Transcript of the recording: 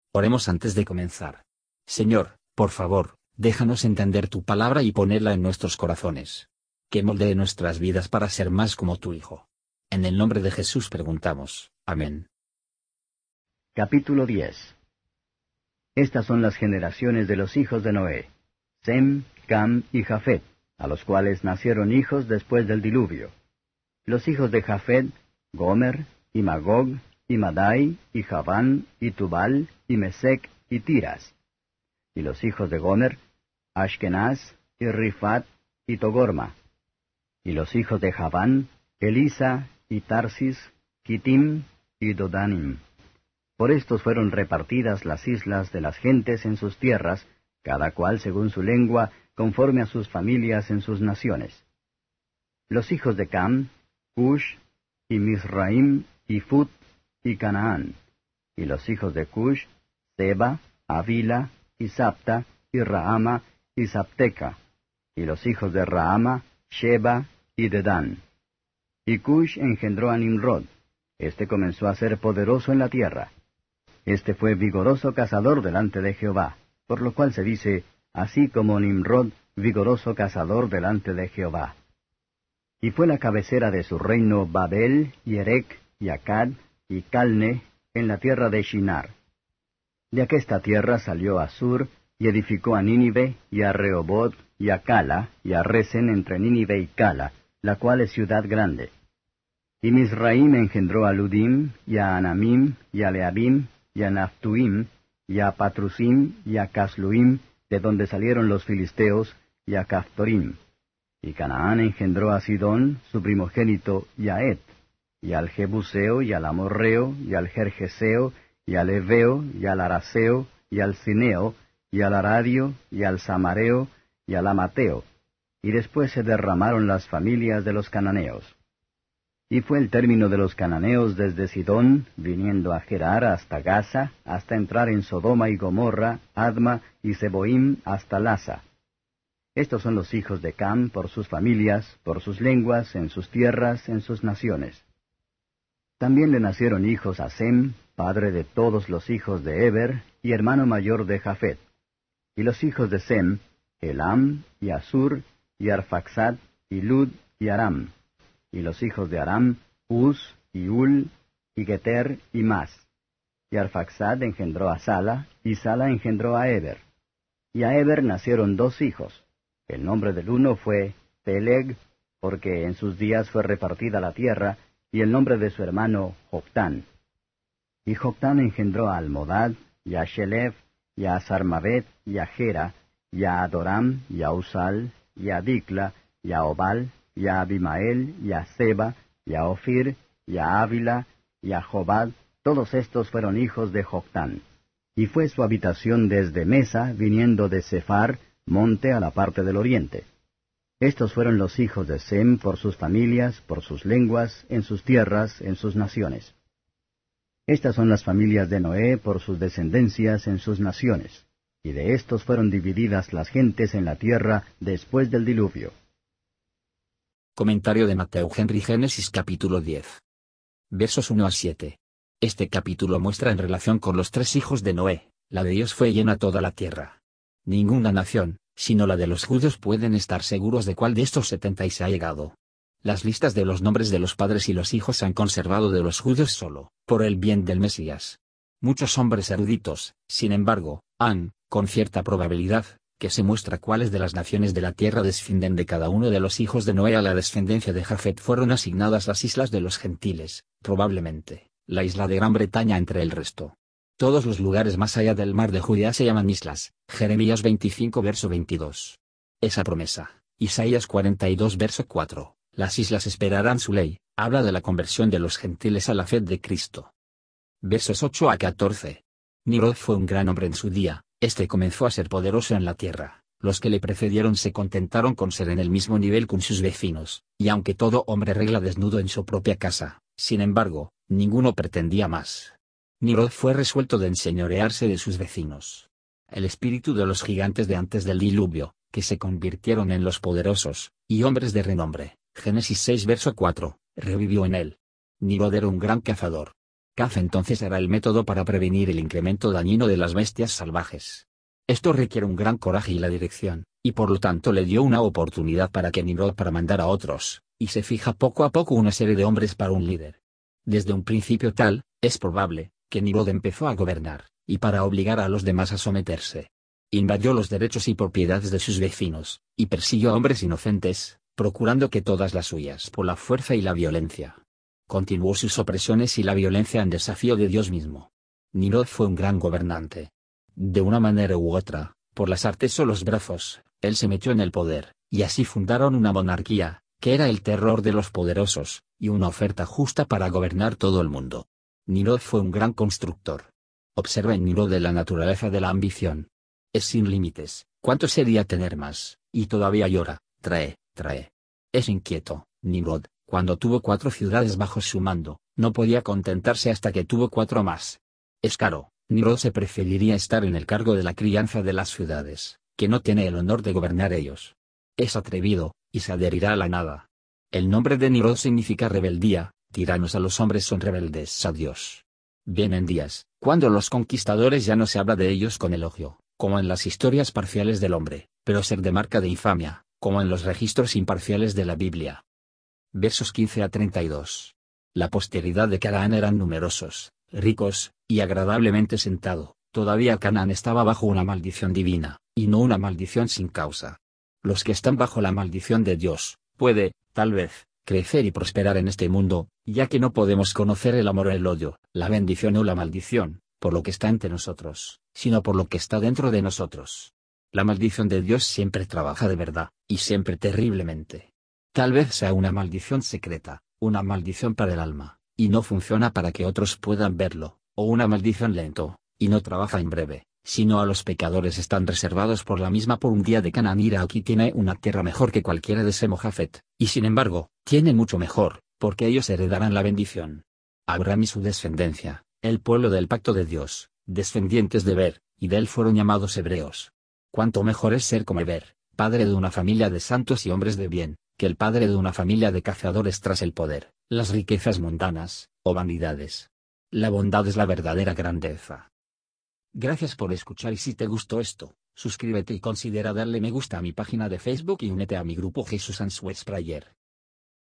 Oremos antes de comenzar. Señor, por favor, déjanos entender tu palabra y ponerla en nuestros corazones. Que moldee nuestras vidas para ser más como tu Hijo. En el nombre de Jesús preguntamos. Amén. Capítulo 10. Estas son las generaciones de los hijos de Noé: Sem, Cam y Jafet, a los cuales nacieron hijos después del diluvio. Los hijos de Jafet: Gomer, y Magog, y Madai, y Javán, y Tubal, y Mesec, y Tiras. Y los hijos de Gomer: Ashkenaz, y Rifat, y Togorma. Y los hijos de Javán: Elisa, y Tarsis, Kitim, y Dodanim. Por estos fueron repartidas las islas de las gentes en sus tierras, cada cual según su lengua, conforme a sus familias en sus naciones. Los hijos de Cam: Cush, y Misraim, y Fut, y Canaán. Y los hijos de Cush: Seba, Avila, y Sapta, y Rahama, y Sapteca. Y los hijos de Rahama: Sheba, y Dedán. Y Cush engendró a Nimrod. Este comenzó a ser poderoso en la tierra. Este fue vigoroso cazador delante de Jehová, por lo cual se dice, así como Nimrod, vigoroso cazador delante de Jehová. Y fue la cabecera de su reino Babel, y Erec, y Acad, y Calne, en la tierra de Shinar. De aquesta tierra salió Asur, y edificó a Nínive, y a Rehoboth, y a Cala, y a Resen entre Nínive y Cala, la cual es ciudad grande. Y Misraim engendró a Ludim, y a Anamim, y a Leabim, y a Naphtuim, y a Patrusim, y a Casluim, de donde salieron los filisteos, y a Caphtorim. Y Canaán engendró a Sidón, su primogénito, y a Et, y al Jebuseo, y al Amorreo, y al Gergeseo, y al Eveo, y al Araseo, y al Cineo, y al Aradio, y al Samareo, y al Amateo. Y después se derramaron las familias de los cananeos. Y fue el término de los cananeos desde Sidón, viniendo a Gerar hasta Gaza, hasta entrar en Sodoma y Gomorra, Adma y Seboim hasta Lasa. Estos son los hijos de Cam por sus familias, por sus lenguas, en sus tierras, en sus naciones. También le nacieron hijos a Sem, padre de todos los hijos de Eber, y hermano mayor de Jafet. Y los hijos de Sem: Elam, y Asur, y Arfaxad, y Lud, y Aram. Y los hijos de Aram: Uz, y Ul, y Geter, y Mas. Y Arfaxad engendró a Sala, y Sala engendró a Eber. Y a Eber nacieron dos hijos. El nombre del uno fue Peleg, porque en sus días fue repartida la tierra, y el nombre de su hermano Joctán. Y Joctán engendró a Almodad, y a Shelef, y a Sarmabet, y a Gera, y a Adoram, y a Usal, y a Dicla, y a Obal, y a Abimael, y a Seba, y a Ofir, y a Ávila, y a Jobad. Todos estos fueron hijos de Joctán. Y fue su habitación desde Mesa, viniendo de Sefar, monte a la parte del oriente. Estos fueron los hijos de Sem por sus familias, por sus lenguas, en sus tierras, en sus naciones. Estas son las familias de Noé por sus descendencias en sus naciones. Y de estos fueron divididas las gentes en la tierra después del diluvio. Comentario de Matthew Henry. Génesis capítulo 10. Versos 1 a 7. Este capítulo muestra en relación con los tres hijos de Noé, la de Dios fue llena toda la tierra. Ninguna nación, sino la de los judíos, pueden estar seguros de cuál de estos 70 se ha llegado. Las listas de los nombres de los padres y los hijos se han conservado de los judíos solo, por el bien del Mesías. Muchos hombres eruditos, sin embargo, han, con cierta probabilidad, que se muestra cuáles de las naciones de la tierra descienden de cada uno de los hijos de Noé. A la descendencia de Jafet fueron asignadas las islas de los gentiles, probablemente, la isla de Gran Bretaña entre el resto. Todos los lugares más allá del mar de Judea se llaman islas. Jeremías 25 verso 22. Esa promesa, Isaías 42 verso 4, las islas esperarán su ley, habla de la conversión de los gentiles a la fe de Cristo. Versos 8 a 14. Nimrod fue un gran hombre en su día. Este comenzó a ser poderoso en la tierra. Los que le precedieron se contentaron con ser en el mismo nivel con sus vecinos, y aunque todo hombre regla desnudo en su propia casa, sin embargo, ninguno pretendía más. Nimrod fue resuelto de enseñorearse de sus vecinos. El espíritu de los gigantes de antes del diluvio, que se convirtieron en los poderosos, y hombres de renombre, Génesis 6 verso 4, revivió en él. Nimrod era un gran cazador. Caf entonces era el método para prevenir el incremento dañino de las bestias salvajes. Esto requiere un gran coraje y la dirección, y por lo tanto le dio una oportunidad para que Nimrod para mandar a otros, y se fija poco a poco una serie de hombres para un líder. Desde un principio tal, es probable, que Nimrod empezó a gobernar, y para obligar a los demás a someterse. Invadió los derechos y propiedades de sus vecinos, y persiguió a hombres inocentes, procurando que todas las suyas por la fuerza y la violencia. Continuó sus opresiones y la violencia en desafío de Dios mismo. Nimrod fue un gran gobernante. De una manera u otra, por las artes o los brazos, él se metió en el poder, y así fundaron una monarquía, que era el terror de los poderosos, y una oferta justa para gobernar todo el mundo. Nimrod fue un gran constructor. Observa en Nimrod de la naturaleza de la ambición. Es sin límites, ¿cuánto sería tener más? Y todavía llora, trae. Es inquieto, Nimrod, cuando tuvo 4 ciudades bajo su mando, no podía contentarse hasta que tuvo 4 más. Es caro, Nimrod se preferiría estar en el cargo de la crianza de las ciudades, que no tiene el honor de gobernar ellos. Es atrevido, y se adherirá a la nada. El nombre de Nimrod significa rebeldía, tiranos a los hombres son rebeldes a Dios. Vienen días, cuando los conquistadores ya no se habla de ellos con elogio, como en las historias parciales del hombre, pero ser de marca de infamia, como en los registros imparciales de la Biblia. Versos 15 a 32. La posteridad de Canaán eran numerosos, ricos, y agradablemente sentado. Todavía Canaán estaba bajo una maldición divina, y no una maldición sin causa. Los que están bajo la maldición de Dios, puede, tal vez, crecer y prosperar en este mundo, ya que no podemos conocer el amor o el odio, la bendición o la maldición, por lo que está entre nosotros, sino por lo que está dentro de nosotros. La maldición de Dios siempre trabaja de verdad, y siempre terriblemente. Tal vez sea una maldición secreta, una maldición para el alma, y no funciona para que otros puedan verlo, o una maldición lento, y no trabaja en breve, sino a los pecadores están reservados por la misma por un día de Canaán. Mira, aquí tiene una tierra mejor que cualquiera de Sem o Jafet, y sin embargo, tiene mucho mejor, porque ellos heredarán la bendición. Abraham y su descendencia, el pueblo del pacto de Dios, descendientes de Eber, y de él fueron llamados hebreos. Cuánto mejor es ser como Eber, padre de una familia de santos y hombres de bien, que el padre de una familia de cazadores tras el poder, las riquezas mundanas, o vanidades. La bondad es la verdadera grandeza. Gracias por escuchar, y si te gustó esto, suscríbete y considera darle me gusta a mi página de Facebook y únete a mi grupo Jesús Answers Prayer.